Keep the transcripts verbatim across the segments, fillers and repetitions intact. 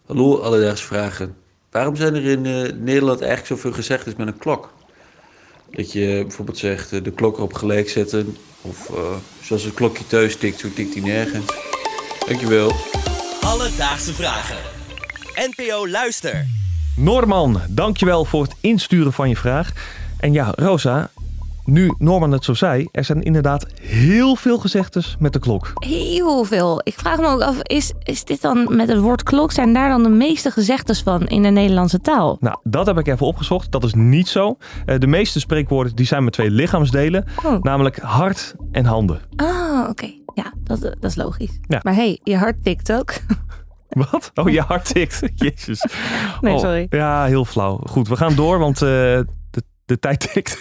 Hallo, alledaagse vragen. Waarom zijn er in eh, Nederland eigenlijk zoveel gezegdes met een klok? Dat je bijvoorbeeld zegt eh, de klok erop gelijk zetten. Of eh, zoals het klokje thuis tikt, zo tikt hij nergens. Dankjewel. Alledaagse vragen. N P O Luister. Norman, dankjewel voor het insturen van je vraag. En ja, Rosa, nu Norman het zo zei, er zijn inderdaad heel veel gezegdes met de klok. Heel veel. Ik vraag me ook af, is, is dit dan met het woord klok, zijn daar dan de meeste gezegdes van in de Nederlandse taal? Nou, dat heb ik even opgezocht. Dat is niet zo. Uh, de meeste spreekwoorden die zijn met twee lichaamsdelen, Oh. namelijk hart en handen. Ah, oké. Okay. Ja, dat, dat is logisch. Ja. Maar hey, je hart tikt ook. Wat? Oh, je hart tikt. Jezus. Nee, Oh, sorry. ja, heel flauw. Goed, we gaan door, want uh, de, de tijd tikt.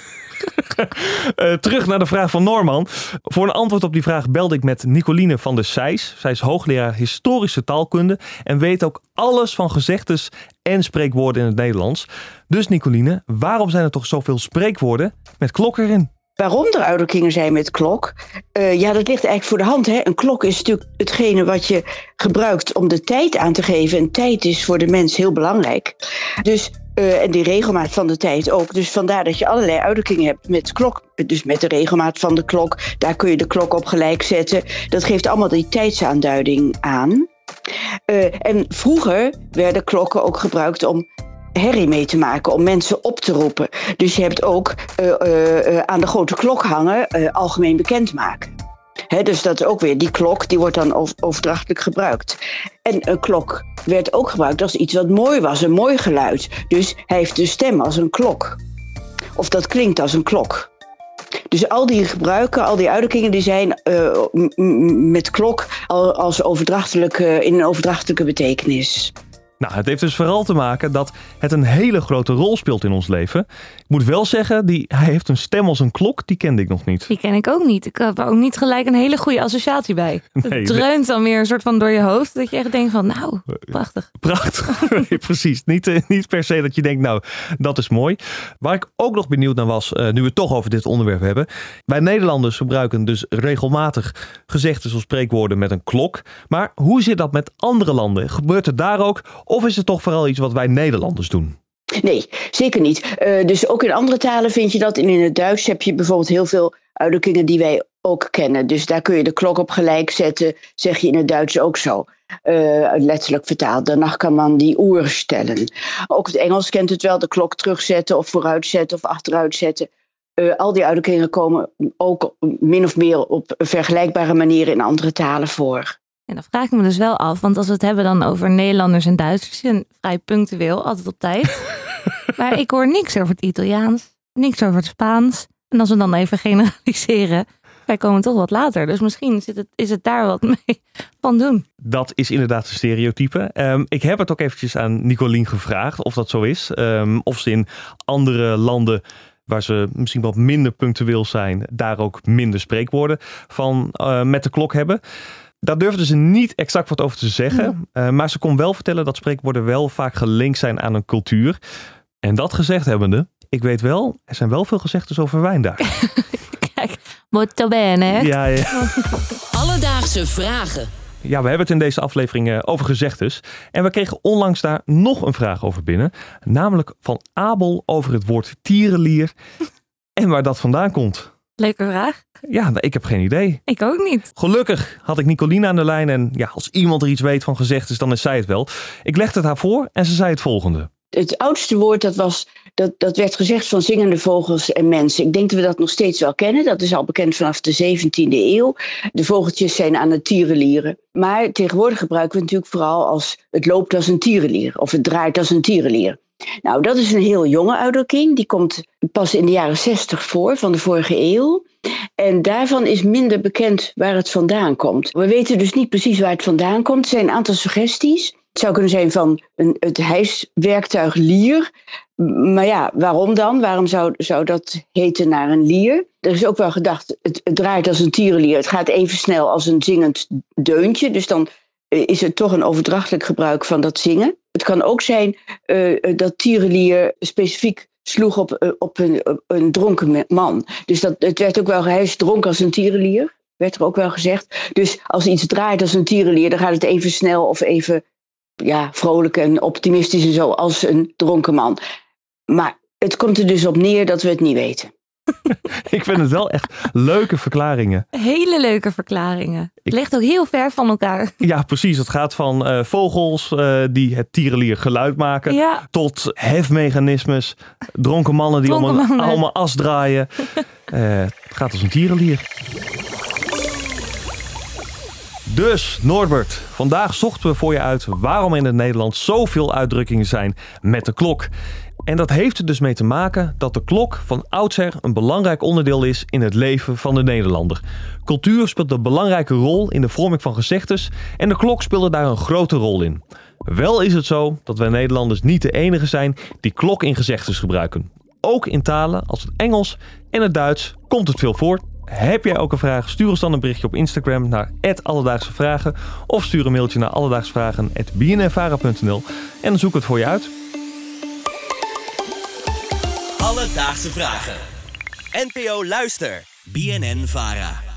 uh, terug naar de vraag van Norman. Voor een antwoord op die vraag belde ik met Nicoline van der Sijs. Zij is hoogleraar historische taalkunde en weet ook alles van gezegdes en spreekwoorden in het Nederlands. Dus Nicoline, waarom zijn er toch zoveel spreekwoorden met klok erin? Waarom er uitdrukkingen zijn met klok? Uh, ja, dat ligt eigenlijk voor de hand. Hè? Een klok is natuurlijk hetgene wat je gebruikt om de tijd aan te geven. En tijd is voor de mens heel belangrijk. Dus, uh, en die regelmaat van de tijd ook. Dus vandaar dat je allerlei uitdrukkingen hebt met klok. Dus met de regelmaat van de klok. Daar kun je de klok op gelijk zetten. Dat geeft allemaal die tijdsaanduiding aan. Uh, en vroeger werden klokken ook gebruikt om herrie mee te maken, om mensen op te roepen. Dus je hebt ook uh, uh, uh, aan de grote klok hangen, uh, algemeen bekendmaken. He, dus dat is ook weer, die klok, die wordt dan overdrachtelijk gebruikt. En een klok werd ook gebruikt als iets wat mooi was, een mooi geluid. Dus hij heeft de stem als een klok. Of dat klinkt als een klok. Dus al die gebruiken, al die uitdrukkingen, die zijn uh, m- m- met klok als overdrachtelijke, in een overdrachtelijke betekenis. Nou, het heeft dus vooral te maken dat het een hele grote rol speelt in ons leven. Ik moet wel zeggen, die, hij heeft een stem als een klok, die kende ik nog niet. Die ken ik ook niet. Ik heb er ook niet gelijk een hele goede associatie bij. Nee, het dreunt dan weer een soort van door je hoofd, dat je echt denkt van, nou, prachtig. Prachtig, nee, precies. Niet, uh, niet per se dat je denkt, nou, dat is mooi. Waar ik ook nog benieuwd naar was, uh, nu we het toch over dit onderwerp hebben. Wij Nederlanders gebruiken dus regelmatig gezegdes of spreekwoorden met een klok. Maar hoe zit dat met andere landen? Gebeurt het daar ook? Of is het toch vooral iets wat wij Nederlanders doen? Nee, zeker niet. Uh, dus ook in andere talen vind je dat. En in het Duits heb je bijvoorbeeld heel veel uitdrukkingen die wij ook kennen. Dus daar kun je de klok op gelijk zetten, zeg je in het Duits ook zo. Uh, letterlijk vertaald. Danach kan man die uur stellen. Ook het Engels kent het wel, de klok terugzetten of vooruitzetten of achteruitzetten. Uh, al die uitdrukkingen komen ook min of meer op vergelijkbare manieren in andere talen voor. En dan vraag ik me dus wel af, want als we het hebben dan over Nederlanders en Duitsers, zijn vrij punctueel, altijd op tijd. Maar ik hoor niks over het Italiaans, niks over het Spaans. En als we dan even generaliseren, wij komen toch wat later. Dus misschien zit het, is het daar wat mee van doen. Dat is inderdaad een stereotype. Um, ik heb het ook eventjes aan Nicolien gevraagd of dat zo is. Um, of ze in andere landen waar ze misschien wat minder punctueel zijn, daar ook minder spreekwoorden van uh, met de klok hebben. Daar durfden ze niet exact wat over te zeggen. Uh, maar ze kon wel vertellen dat spreekwoorden wel vaak gelinkt zijn aan een cultuur. En dat gezegd hebbende, ik weet wel, er zijn wel veel gezegdes over wijn daar. Kijk, molto bene, hè? Ja, ja. Alledaagse vragen. Ja, we hebben het in deze aflevering uh, over gezegdes. En we kregen onlangs daar nog een vraag over binnen. Namelijk van Abel over het woord tierenlier. En waar dat vandaan komt. Leuke vraag. Ja, ik heb geen idee. Ik ook niet. Gelukkig had ik Nicoline aan de lijn. En ja, als iemand er iets weet van gezegdes, dan is zij het wel. Ik legde het haar voor en ze zei het volgende. Het oudste woord, dat, was, dat, dat werd gezegd van zingende vogels en mensen. Ik denk dat we dat nog steeds wel kennen. Dat is al bekend vanaf de zeventiende eeuw. De vogeltjes zijn aan het tierenlieren. Maar tegenwoordig gebruiken we het natuurlijk vooral als het loopt als een tierenlier. Of het draait als een tierenlier. Nou, dat is een heel jonge uitdrukking. Die komt pas in de jaren zestig voor, van de vorige eeuw. En daarvan is minder bekend waar het vandaan komt. We weten dus niet precies waar het vandaan komt. Er zijn een aantal suggesties. Het zou kunnen zijn van een, het hijswerktuig lier. Maar ja, waarom dan? Waarom zou, zou dat heten naar een lier? Er is ook wel gedacht, het, het draait als een tierenlier. Het gaat even snel als een zingend deuntje. Dus dan is het toch een overdrachtelijk gebruik van dat zingen. Het kan ook zijn uh, dat tierenlier specifiek sloeg op, uh, op, een, op een dronken man. Dus dat, het werd ook wel, hij is dronken als een tierenlier. Werd er ook wel gezegd. Dus als iets draait als een tierenlier, dan gaat het even snel of even ja, vrolijk en optimistisch en zo als een dronken man. Maar het komt er dus op neer dat we het niet weten. Ik vind het wel echt leuke verklaringen. Hele leuke verklaringen. Het Ik... ligt ook heel ver van elkaar. Ja, precies. Het gaat van uh, vogels uh, die het tierenlier geluid maken... Ja. tot hefmechanismes, dronken mannen die dronken om een mannen. allemaal as draaien. uh, het gaat als een tierenlier. Dus, Norbert, vandaag zochten we voor je uit waarom in het Nederlands zoveel uitdrukkingen zijn met de klok. En dat heeft er dus mee te maken dat de klok van oudsher een belangrijk onderdeel is in het leven van de Nederlander. Cultuur speelt een belangrijke rol in de vorming van gezegdes en de klok speelde daar een grote rol in. Wel is het zo dat wij Nederlanders niet de enige zijn die klok in gezegdes gebruiken. Ook in talen als het Engels en het Duits komt het veel voor. Heb jij ook een vraag? Stuur ons dan een berichtje op Instagram naar at Alledaagse Vragen of stuur een mailtje naar alledaagsvragen at b n n vara punt n l en dan zoek ik het voor je uit. Alledaagse Vragen. N P O Luister. B N N Vara.